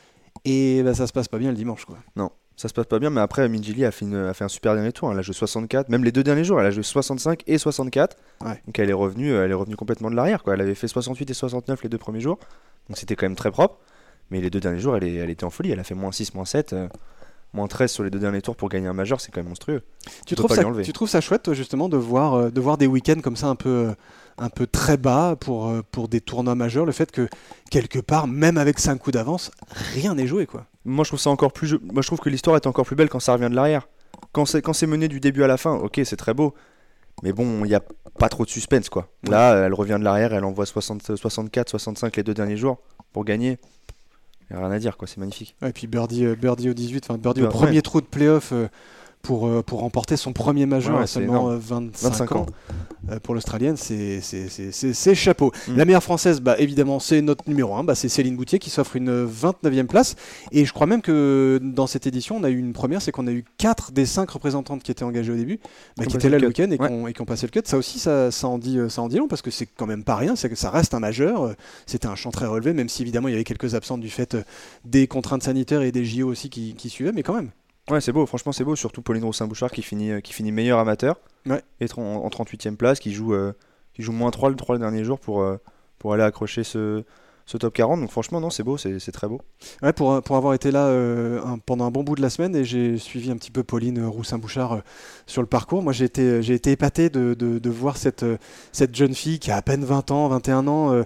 A: et ça se passe pas bien le dimanche, quoi.
B: Non, ça se passe pas bien, mais après, Minjee Lee a fait un super dernier tour, elle a joué 64, même les 2 derniers jours, elle a joué 65 et 64,
A: ouais.
B: Donc elle est revenue complètement de l'arrière, quoi. Elle avait fait 68 et 69 les 2 premiers jours, donc c'était quand même très propre, mais les 2 derniers jours, elle était en folie, elle a fait moins 6, moins 7... moins 13 sur les 2 derniers tours pour gagner un majeur, c'est quand même monstrueux. Tu
A: trouves ça chouette, toi, justement, de voir des week-ends comme ça un peu très bas pour des tournois majeurs, le fait que, quelque part, même avec 5 coups d'avance, rien n'est joué, quoi.
B: Moi, je trouve ça encore plus... Moi, je trouve que l'histoire est encore plus belle quand ça revient de l'arrière. Quand c'est mené du début à la fin, ok, c'est très beau, mais bon, il n'y a pas trop de suspense, quoi. Ouais. Là, elle revient de l'arrière, elle envoie 64, 65 les 2 derniers jours pour gagner. Il n'y a rien à dire, quoi, c'est magnifique.
A: Ouais, et puis birdie au 18, enfin birdie au premier trou de play-off pour remporter son premier majeur à seulement 25 ans. Pour l'Australienne, c'est chapeau. La meilleure française, évidemment, c'est notre numéro 1, c'est Céline Boutier qui s'offre une 29e place. Et je crois même que dans cette édition, on a eu une première, c'est qu'on a eu 4 des 5 représentantes qui étaient engagées au début, qui étaient là le week-end et qui ont passé le cut. Ça aussi, ça en dit long, parce que c'est quand même pas rien, c'est que ça reste un majeur. C'était un champ très relevé, même si évidemment il y avait quelques absents du fait des contraintes sanitaires et des JO aussi qui suivaient, mais quand même.
B: Ouais, c'est beau, franchement c'est beau, surtout Pauline Roussin-Bouchard qui finit meilleur amateur,
A: ouais.
B: Et en 38e place, qui joue moins 3 le dernier jour pour aller accrocher ce top 40, donc franchement non, c'est beau, c'est très beau.
A: Ouais, pour avoir été là pendant un bon bout de la semaine, et j'ai suivi un petit peu Pauline Roussin-Bouchard sur le parcours, moi j'ai été épaté de voir cette jeune fille qui a à peine 20 ans, 21 ans,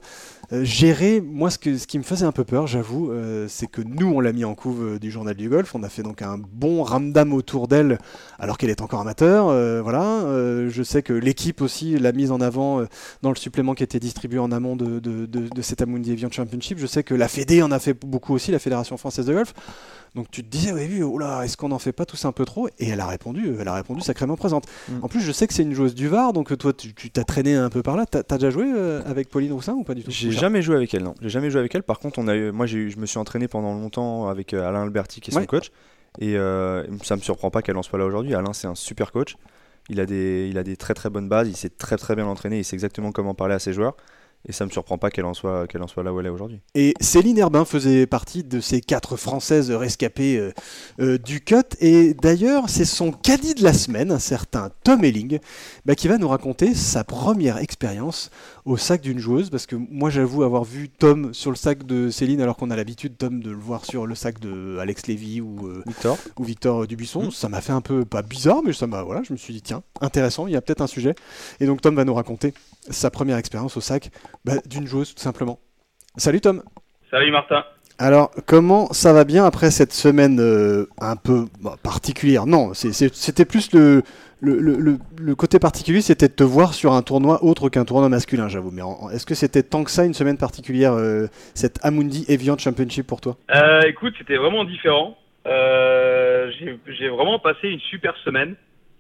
A: gérer. Moi, ce qui me faisait un peu peur, j'avoue, c'est que nous, on l'a mis en couve du journal du golf. On a fait donc un bon ramdam autour d'elle, alors qu'elle est encore amateur. Voilà. Je sais que l'équipe aussi l'a mise en avant dans le supplément qui était distribué en amont de cet Amundi Evian Championship. Je sais que la Fédé en a fait beaucoup aussi, la Fédération française de golf. Donc tu te disais au début, oh là, est-ce qu'on n'en fait pas tous un peu trop? Et elle a répondu sacrément présente. En plus, je sais que c'est une joueuse du Var, donc toi, tu t'as traîné un peu par là. T'as déjà joué avec Pauline Roussin ou pas du tout?
B: J'ai jamais joué avec elle, non. J'ai jamais joué avec elle. Par contre, je me suis entraîné pendant longtemps avec Alain Alberti, qui est son coach. Et ça me surprend pas qu'elle en soit là aujourd'hui. Alain, c'est un super coach. Il a des très très bonnes bases. Il sait très très bien l'entraîner. Il sait exactement comment parler à ses joueurs. Et ça me surprend pas qu'elle en soit là où elle est aujourd'hui.
A: Et Céline Herbin faisait partie de ces 4 Françaises rescapées du cut. Et d'ailleurs, c'est son caddie de la semaine, un certain Tom Elling, qui va nous raconter sa première expérience au sac d'une joueuse. Parce que moi, j'avoue avoir vu Tom sur le sac de Céline, alors qu'on a l'habitude, Tom, de le voir sur le sac de Alex Lévy ou Victor Dubuisson. Ça m'a fait un peu, pas bizarre, mais voilà, je me suis dit, tiens, intéressant, il y a peut-être un sujet. Et donc Tom va nous raconter sa première expérience au sac d'une joueuse, tout simplement. Salut Tom.
G: Salut Martin.
A: Alors, comment ça va bien après cette semaine un peu particulière? Non, c'était plus le côté particulier, c'était de te voir sur un tournoi autre qu'un tournoi masculin, j'avoue. Mais est-ce que c'était tant que ça une semaine particulière, cette Amundi Evian Championship pour toi?
G: Écoute, c'était vraiment différent. J'ai vraiment passé une super semaine.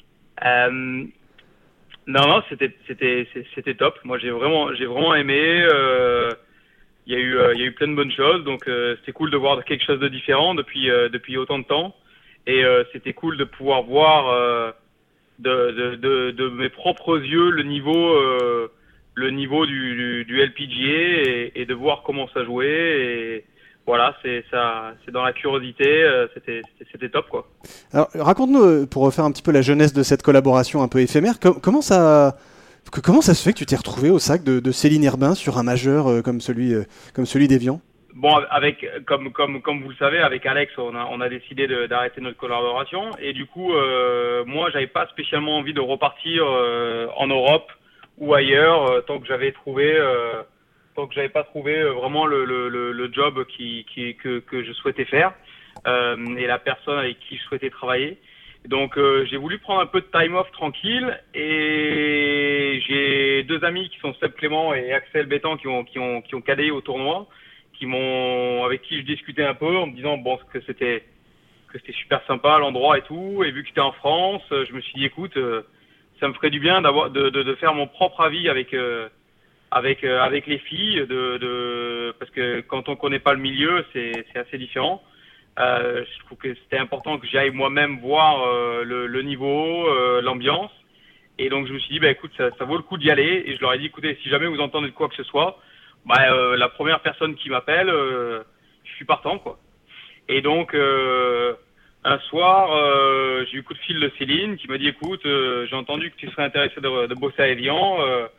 G: Non, c'était top. Moi, j'ai vraiment aimé. Il y a eu plein de bonnes choses, donc c'était cool de voir quelque chose de différent depuis autant de temps. Et c'était cool de pouvoir voir de mes propres yeux le niveau du LPGA et de voir comment ça jouait. Et voilà, c'est dans la curiosité, c'était top quoi.
A: Alors raconte-nous, pour refaire un petit peu la jeunesse de cette collaboration un peu éphémère, comment ça se fait que tu t'es retrouvé au sac de Céline Herbin sur un majeur comme celui d'Evian?
G: Bon, comme vous le savez, avec Alex, on a décidé d'arrêter notre collaboration et du coup, moi, j'avais pas spécialement envie de repartir en Europe ou ailleurs tant que j'avais pas trouvé vraiment le job que je souhaitais faire et la personne avec qui je souhaitais travailler. Donc j'ai voulu prendre un peu de time off tranquille et j'ai 2 amis qui sont Seb Clément et Axel Bétan qui ont cadé au tournoi, avec qui je discutais un peu en me disant que c'était super sympa l'endroit et tout, et vu que j'étais en France, je me suis dit écoute, ça me ferait du bien de faire mon propre avis avec les filles, parce que quand on connaît pas le milieu, c'est assez différent. Je trouve que c'était important que j'aille moi-même voir le niveau, l'ambiance. Et donc je me suis dit, écoute, ça vaut le coup d'y aller. Et je leur ai dit, écoutez, si jamais vous entendez de quoi que ce soit, la première personne qui m'appelle, je suis partant, quoi. Et donc un soir, j'ai eu coup de fil de Céline qui m'a dit, écoute, j'ai entendu que tu serais intéressé de bosser à Evian.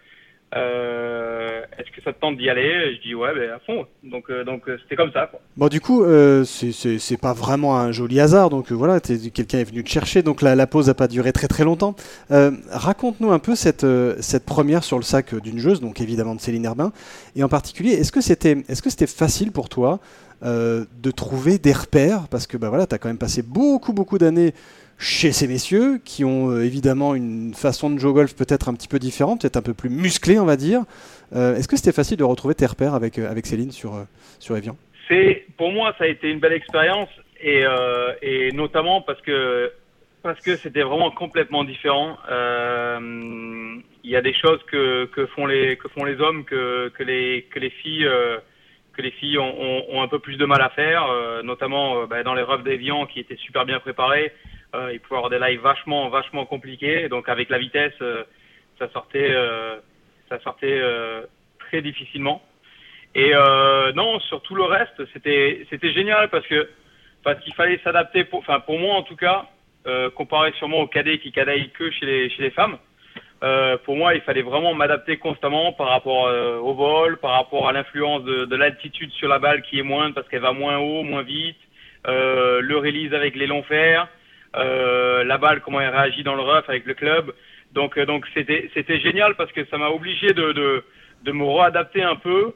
G: Est-ce que ça te tente d'y aller? Et je dis ouais, à fond. Donc c'était comme ça, quoi.
A: Bon, du coup, c'est pas vraiment un joli hasard. Donc voilà, quelqu'un est venu te chercher. Donc la pause a pas duré très très longtemps. Raconte-nous un peu cette première sur le sac d'une joueuse, donc évidemment de Céline Herbin. Et en particulier, est-ce que c'était facile pour toi de trouver des repères? Parce que t'as quand même passé beaucoup d'années chez ces messieurs qui ont évidemment une façon de jouer au golf peut-être un petit peu différente, peut-être un peu plus musclée, on va dire. Est-ce que c'était facile de retrouver tes repères avec Céline sur Evian?
G: Pour moi, ça a été une belle expérience et notamment parce que c'était vraiment complètement différent. Il y a des choses que font les hommes que les filles ont un peu plus de mal à faire, notamment dans les roughs d'Evian qui étaient super bien préparés. Il pouvait y avoir des lives vachement compliqués. Donc avec la vitesse, ça sortait très difficilement. Et non, sur tout le reste, c'était génial parce qu'il fallait s'adapter. Pour moi en tout cas, comparé sûrement aux cadets qui cadaillent que chez les femmes. Pour moi, il fallait vraiment m'adapter constamment par rapport au vol, par rapport à l'influence de l'altitude sur la balle qui est moindre parce qu'elle va moins haut, moins vite. Le release avec les longs fers. La balle, comment elle réagit dans le rough avec le club. Donc c'était génial parce que ça m'a obligé de me réadapter un peu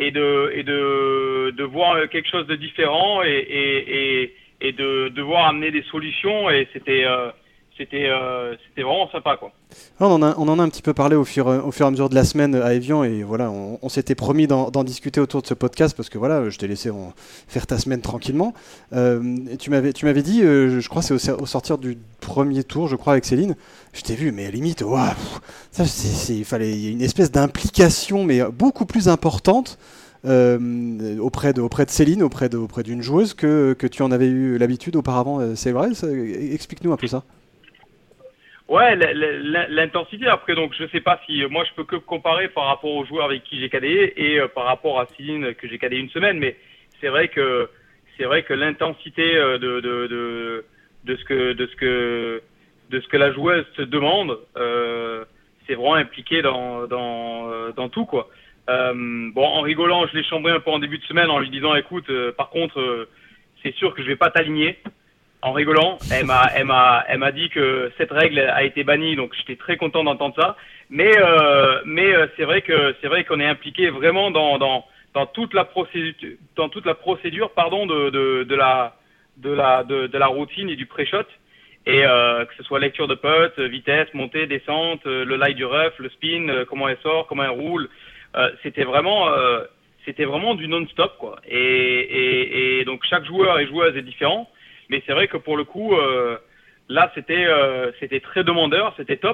G: de voir quelque chose de différent et de devoir amener des solutions, et c'était vraiment sympa, quoi.
A: On en a un petit peu parlé au fur et à mesure de la semaine à Evian, et voilà, on s'était promis d'en discuter autour de ce podcast parce que voilà, je t'ai laissé faire ta semaine tranquillement. Tu m'avais dit, je crois c'est au sortir du premier tour, je crois, avec Céline, je t'ai vu, mais à limite, waouh, ça il y a une espèce d'implication, mais beaucoup plus importante auprès de Céline, auprès d'une joueuse que tu en avais eu l'habitude auparavant. C'est vrai, explique-nous un peu ça.
G: Ouais, l'intensité. Après, donc, je sais pas si moi je peux que comparer par rapport aux joueurs avec qui j'ai cadé et par rapport à Céline que j'ai cadé une semaine, mais c'est vrai que l'intensité de ce que la joueuse te demande, c'est vraiment impliqué dans tout, quoi. Bon, en rigolant, je l'ai chambré un peu en début de semaine en lui disant, écoute, par contre, c'est sûr que je vais pas t'aligner. En rigolant, elle m'a dit que cette règle a été bannie, donc j'étais très content d'entendre ça. Mais c'est vrai qu'on est impliqué vraiment dans toute la procédure, pardon, de la routine et du pré-shot, et que ce soit lecture de putt, vitesse, montée, descente, le lie du rough, le spin, comment elle sort, comment elle roule. C'était vraiment du non-stop, quoi. Et donc chaque joueur et joueuse est différent. Mais c'est vrai que pour le coup, là, c'était très demandeur, c'était top,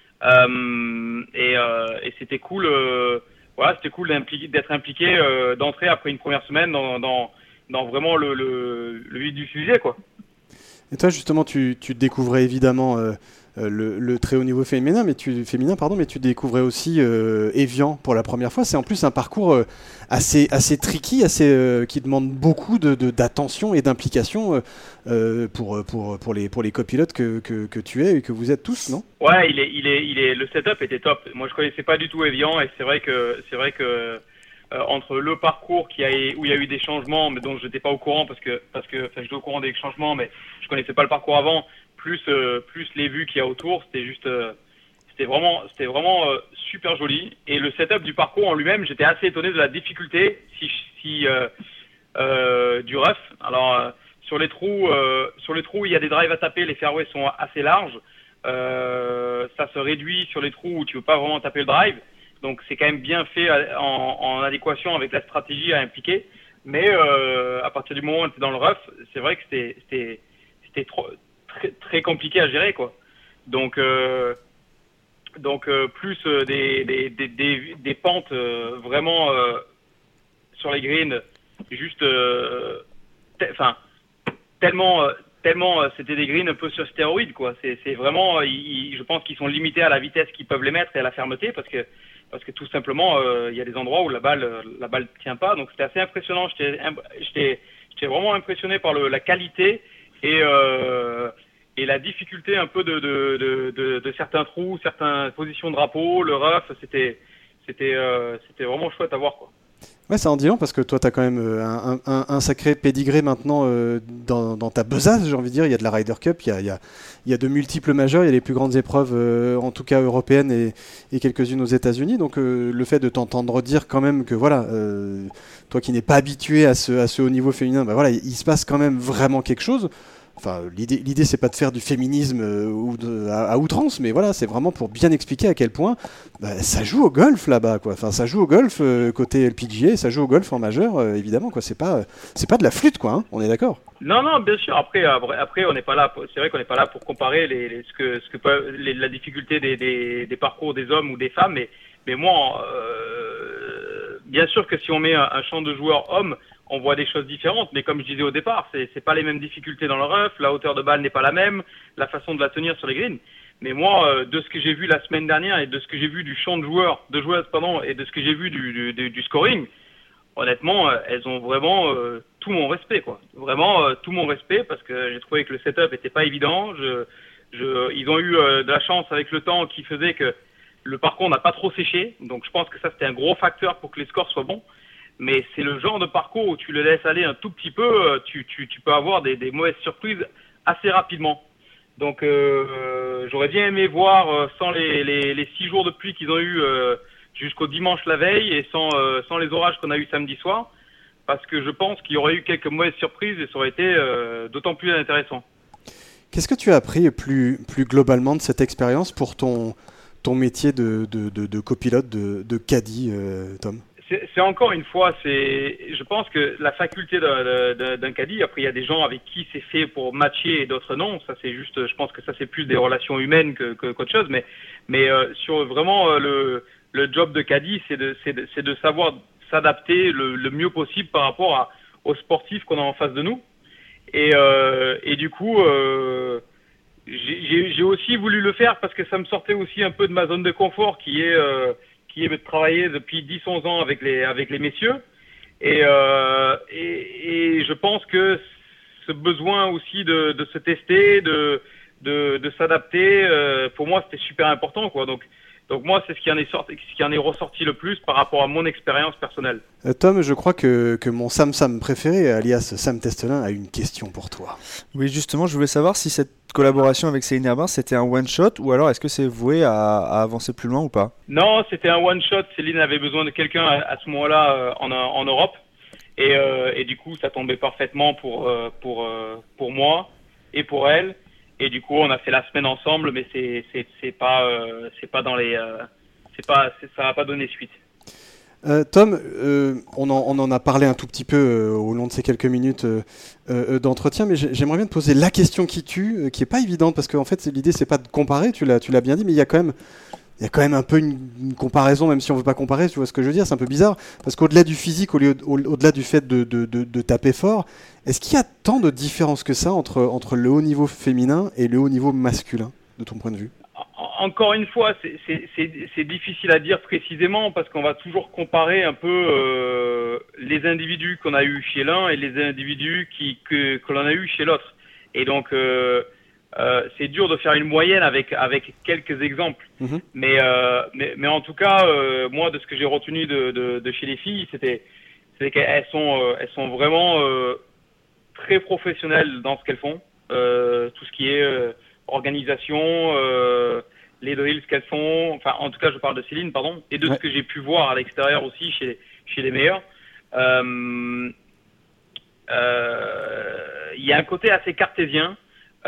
G: et c'était cool. Voilà, c'était cool d'être impliqué d'entrée après une première semaine dans vraiment le vif du sujet, quoi.
A: Et toi, justement, tu découvrais évidemment le très haut niveau féminin, mais tu découvrais aussi Evian pour la première fois. C'est en plus un parcours assez tricky, qui demande beaucoup d'attention et d'implication pour les copilotes que tu es et que vous êtes tous, non?
G: Ouais, le setup était top. Moi, je connaissais pas du tout Evian, et c'est vrai que entre le parcours où il y a eu des changements, mais dont je n'étais pas au courant parce que j'étais au courant des changements, mais je connaissais pas le parcours avant, plus les vues qu'il y a autour, c'était vraiment super joli. Et le setup du parcours en lui-même, j'étais assez étonné de la difficulté du rough. Alors sur les trous, il y a des drives à taper, les fairways sont assez larges. Ça se réduit sur les trous où tu veux pas vraiment taper le drive. Donc c'est quand même bien fait en adéquation avec la stratégie à impliquer. Mais à partir du moment où tu es dans le rough, c'est vrai que c'était très, très compliqué à gérer, quoi. Donc plus des pentes vraiment sur les greens, juste tellement c'était des greens un peu sur stéroïdes, quoi. C'est vraiment, je pense qu'ils sont limités à la vitesse qu'ils peuvent les mettre et à la fermeté, parce que tout simplement il y a des endroits où la balle tient pas. Donc c'était assez impressionnant. J'étais vraiment impressionné par la qualité et la difficulté un peu de certains trous, certaines positions de drapeau, le rough. C'était vraiment chouette à voir, quoi.
A: Ouais, ça en dit long parce que toi, tu as quand même un sacré pédigré maintenant dans ta besace, j'ai envie de dire. Il y a de la Ryder Cup, il y a de multiples majeurs, il y a les plus grandes épreuves, en tout cas européennes et quelques-unes aux États-Unis. Donc le fait de t'entendre dire quand même que voilà, toi qui n'es pas habitué à ce haut niveau féminin, bah voilà, il se passe quand même vraiment quelque chose. Enfin, l'idée c'est pas de faire du féminisme à outrance, mais voilà, c'est vraiment pour bien expliquer à quel point ça joue au golf là-bas, quoi. Enfin, ça joue au golf côté LPGA, ça joue au golf en majeur, évidemment, quoi. C'est pas de la flûte, quoi. Hein, on est d'accord.
G: Non, bien sûr. Après, on n'est pas là. C'est vrai qu'on n'est pas là pour comparer la difficulté des parcours des hommes ou des femmes, mais moi, bien sûr que si on met un champ de joueurs hommes, on voit des choses différentes, mais comme je disais au départ, c'est pas les mêmes difficultés dans le rough, la hauteur de balle n'est pas la même, la façon de la tenir sur les greens. Mais moi, de ce que j'ai vu la semaine dernière et de ce que j'ai vu du champ de joueuses, et de ce que j'ai vu du scoring, honnêtement, elles ont vraiment tout mon respect, quoi. Vraiment tout mon respect, parce que j'ai trouvé que le setup était pas évident. Ils ont eu de la chance avec le temps qui faisait que le parcours n'a pas trop séché, donc je pense que ça c'était un gros facteur pour que les scores soient bons. Mais c'est le genre de parcours où tu le laisses aller un tout petit peu, tu peux avoir des mauvaises surprises assez rapidement. Donc j'aurais bien aimé voir, sans les 6 jours de pluie qu'ils ont eu jusqu'au dimanche la veille et sans les orages qu'on a eu samedi soir, parce que je pense qu'il y aurait eu quelques mauvaises surprises et ça aurait été d'autant plus intéressant.
A: Qu'est-ce que tu as appris plus globalement de cette expérience pour ton métier de copilote, de caddie, Tom?
G: C'est encore une fois, je pense que la faculté d'un caddie, après il y a des gens avec qui c'est fait pour matcher et d'autres non, ça c'est juste, je pense que ça c'est plus des relations humaines qu'autre chose, mais sur vraiment le job de caddie, c'est de savoir s'adapter le mieux possible par rapport aux sportifs qu'on a en face de nous, et du coup j'ai aussi voulu le faire parce que ça me sortait aussi un peu de ma zone de confort qui est de travailler depuis 10-11 ans avec les messieurs. Et je pense que ce besoin aussi de se tester, de s'adapter, pour moi, c'était super important, quoi. Donc moi, c'est ce qui en est ressorti le plus par rapport à mon expérience personnelle.
A: Tom, je crois que mon Sam préféré, alias Sam Testelin, a une question pour toi.
B: Oui, justement, je voulais savoir si cette collaboration avec Céline Herbin, c'était un one-shot ou alors est-ce que c'est voué à avancer plus loin ou pas?
G: Non, c'était un one-shot. Céline avait besoin de quelqu'un à ce moment-là en Europe. Et du coup, ça tombait parfaitement pour moi et pour elle. Et du coup, on a fait la semaine ensemble, mais c'est pas dans les, ça va pas donner suite.
A: Tom, on en a parlé un tout petit peu au long de ces quelques minutes d'entretien, mais j'aimerais bien te poser la question qui tue, qui est pas évidente, parce qu'en fait, l'idée c'est pas de comparer, tu l'as bien dit, mais il y a quand même un peu une comparaison, même si on veut pas comparer, tu vois ce que je veux dire, c'est un peu bizarre, parce qu'au-delà du physique, au-delà du fait de taper fort, est-ce qu'il y a tant de différences que ça entre le haut niveau féminin et le haut niveau masculin, de ton point de vue?
G: Encore une fois, c'est difficile à dire précisément parce qu'on va toujours comparer un peu les individus qu'on a eu chez l'un et les individus que l'on a eu chez l'autre. Et donc, c'est dur de faire une moyenne avec quelques exemples. Mm-hmm. Mais en tout cas, moi, de ce que j'ai retenu de chez les filles, c'est qu'elles sont vraiment très professionnelles dans ce qu'elles font. Tout ce qui est organisation, les drills qu'elles font, enfin en tout cas je parle de Céline, pardon, et de ce que j'ai pu voir à l'extérieur aussi chez les meilleurs. Il y a un côté assez cartésien.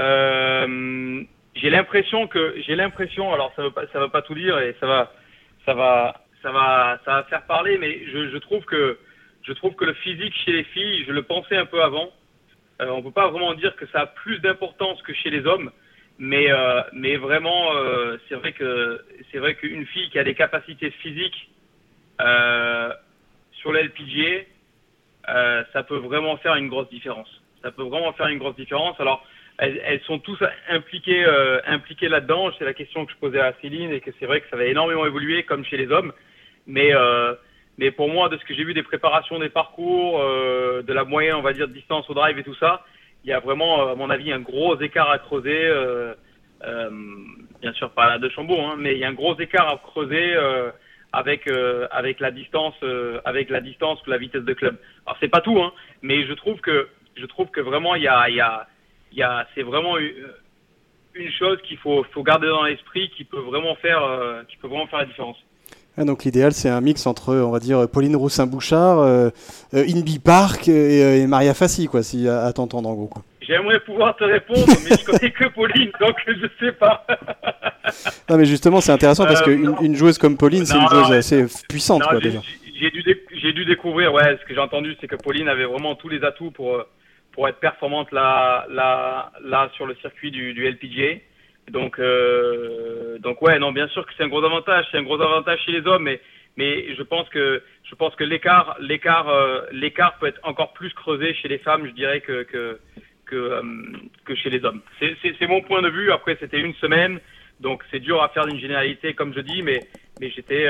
G: J'ai l'impression, alors ça veut pas tout dire et ça va faire parler, mais je trouve que le physique chez les filles, je le pensais un peu avant. On peut pas vraiment dire que ça a plus d'importance que chez les hommes. Mais vraiment, c'est vrai qu'une fille qui a des capacités physiques sur l'LPGA, ça peut vraiment faire une grosse différence. Alors, elles sont tous impliquées là-dedans. C'est la question que je posais à Céline et que c'est vrai que ça va énormément évoluer comme chez les hommes. Mais pour moi, de ce que j'ai vu des préparations, des parcours, de la moyenne, on va dire, de distance au drive et tout ça, il y a vraiment, à mon avis, un gros écart à creuser. Bien sûr, pas à la Dechambault, hein, mais il y a un gros écart à creuser avec la distance ou la vitesse de club. Alors c'est pas tout, hein, mais je trouve que vraiment c'est vraiment une chose qu'il faut garder dans l'esprit qui peut vraiment faire la différence.
A: Ah, donc l'idéal c'est un mix entre, on va dire, Pauline Roussin-Bouchard, Inby Park et Maria Fassi, quoi, si à t'entendre en gros, quoi.
G: J'aimerais pouvoir te répondre, mais je connais que Pauline, donc je sais pas.
A: Non, mais justement, c'est intéressant parce qu'une joueuse comme Pauline, c'est une joueuse assez puissante, quoi, déjà.
G: J'ai dû découvrir, ce que j'ai entendu, c'est que Pauline avait vraiment tous les atouts pour être performante là sur le circuit du LPGA. Donc non, bien sûr que c'est un gros avantage. C'est un gros avantage chez les hommes, mais je pense que l'écart peut être encore plus creusé chez les femmes, je dirais, que chez les hommes. C'est mon point de vue. Après, c'était une semaine, donc c'est dur à faire d'une généralité, comme je dis, mais j'étais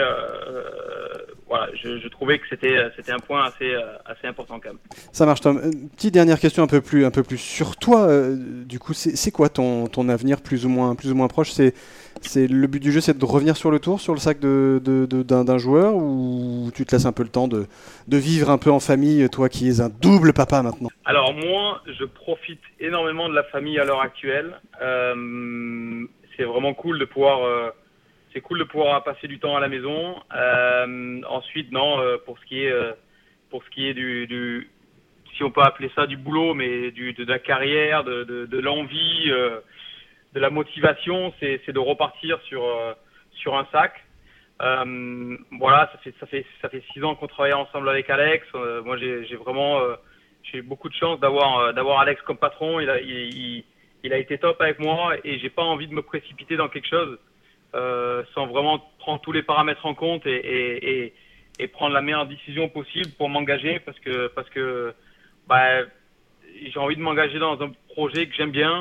G: je trouvais que c'était un point assez important quand même.
A: Ça marche, Tom. Petite dernière question un peu plus sur toi. Du coup, c'est quoi ton avenir plus ou moins proche? C'est le but du jeu, c'est de revenir sur le tour, sur le sac d'un joueur, ou tu te laisses un peu le temps de vivre un peu en famille, toi qui es un double papa maintenant?
G: Alors moi, je profite énormément de la famille à l'heure actuelle. C'est vraiment cool de pouvoir c'est cool de pouvoir passer du temps à la maison. Ensuite, non, pour ce qui est du si on peut appeler ça du boulot, mais de la carrière, de l'envie, de la motivation, c'est de repartir sur un sac. Voilà, ça fait 6 ans qu'on travaille ensemble avec Alex. Moi, j'ai beaucoup de chance d'avoir Alex comme patron. Il a été top avec moi et j'ai pas envie de me précipiter dans quelque chose sans vraiment prendre tous les paramètres en compte et prendre la meilleure décision possible pour m'engager parce que j'ai envie de m'engager dans un projet que j'aime bien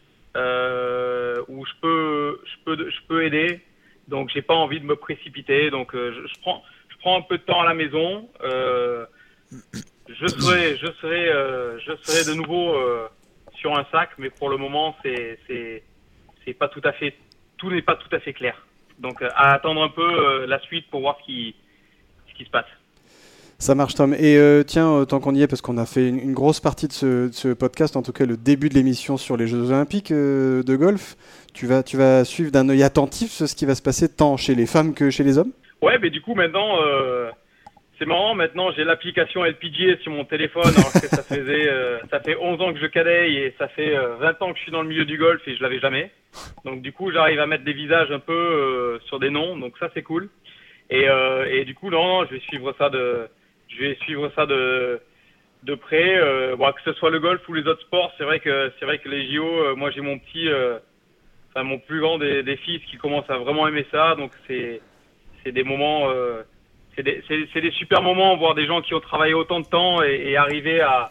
G: où je peux aider. Donc j'ai pas envie de me précipiter. Donc je prends un peu de temps à la maison. Je serai de nouveau sur un sac, mais pour le moment c'est pas tout à fait, tout n'est pas tout à fait clair. Donc à attendre un peu la suite pour voir ce qui se passe.
A: Ça marche, Tom. Et tiens, tant qu'on y est, parce qu'on a fait une grosse partie de ce podcast, en tout cas le début de l'émission sur les Jeux Olympiques de golf, tu vas suivre d'un œil attentif ce qui va se passer tant chez les femmes que chez les hommes?
G: Ouais, mais du coup maintenant, c'est marrant, maintenant j'ai l'application LPGA sur mon téléphone, alors que ça fait 11 ans que je cadaye et ça fait 20 ans que je suis dans le milieu du golf et je l'avais jamais. Donc du coup j'arrive à mettre des visages un peu sur des noms, donc ça c'est cool. Et du coup non, je vais suivre ça de près, que ce soit le golf ou les autres sports. C'est vrai que les JO, moi j'ai mon plus grand des fils qui commence à vraiment aimer ça, donc c'est des moments, c'est des super moments, voir des gens qui ont travaillé autant de temps et arriver à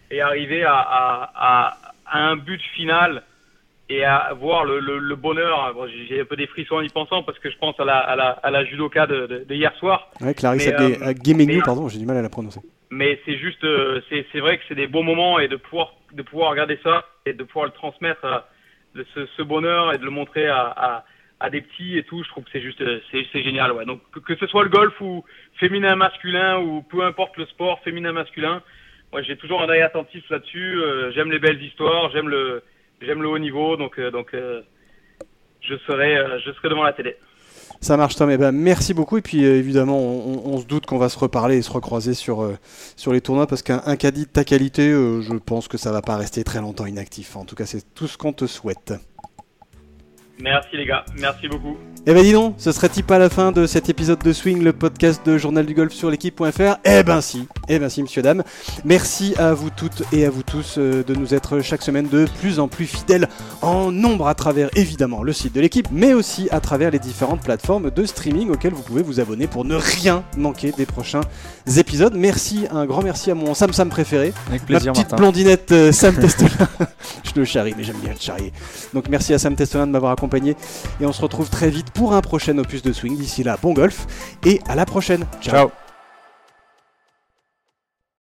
G: un but final et à voir le bonheur. Bon, j'ai un peu des frissons en y pensant parce que je pense à la judoka de hier soir.
A: Ouais, Clarisse Guéménou, pardon, j'ai du mal à la prononcer.
G: Mais c'est juste, c'est vrai que c'est des beaux moments et de pouvoir regarder ça et de pouvoir le transmettre, ce bonheur et de le montrer à des petits et tout, je trouve que c'est juste, c'est génial, ouais. Donc que ce soit le golf ou féminin, masculin ou peu importe le sport, féminin, masculin, moi j'ai toujours un œil attentif là-dessus. J'aime les belles histoires, j'aime le haut niveau, donc je serai devant la télé.
A: Ça marche, Tom. Merci beaucoup. Et puis évidemment, on se doute qu'on va se reparler et se recroiser sur les tournois parce qu'un caddie de ta qualité, je pense que ça va pas rester très longtemps inactif. En tout cas, c'est tout ce qu'on te souhaite.
G: Merci les gars, merci beaucoup.
A: Eh ben dis donc, ce serait-il pas la fin de cet épisode de Swing, le podcast de Journal du Golf sur l'équipe.fr? Eh ben si, messieurs, dames. Merci à vous toutes et à vous tous de nous être chaque semaine de plus en plus fidèles en nombre à travers évidemment le site de l'équipe, mais aussi à travers les différentes plateformes de streaming auxquelles vous pouvez vous abonner pour ne rien manquer des prochains épisodes. Merci, un grand merci à mon Sam préféré.
B: Avec plaisir,
A: ma petite
B: Martin.
A: blondinette Sam Testolin. Je le charrie, mais j'aime bien le charrier. Donc merci à Sam Testolin de m'avoir accompagné et on se retrouve très vite pour un prochain opus de Swing. D'ici là, bon golf et à la prochaine.
B: Ciao.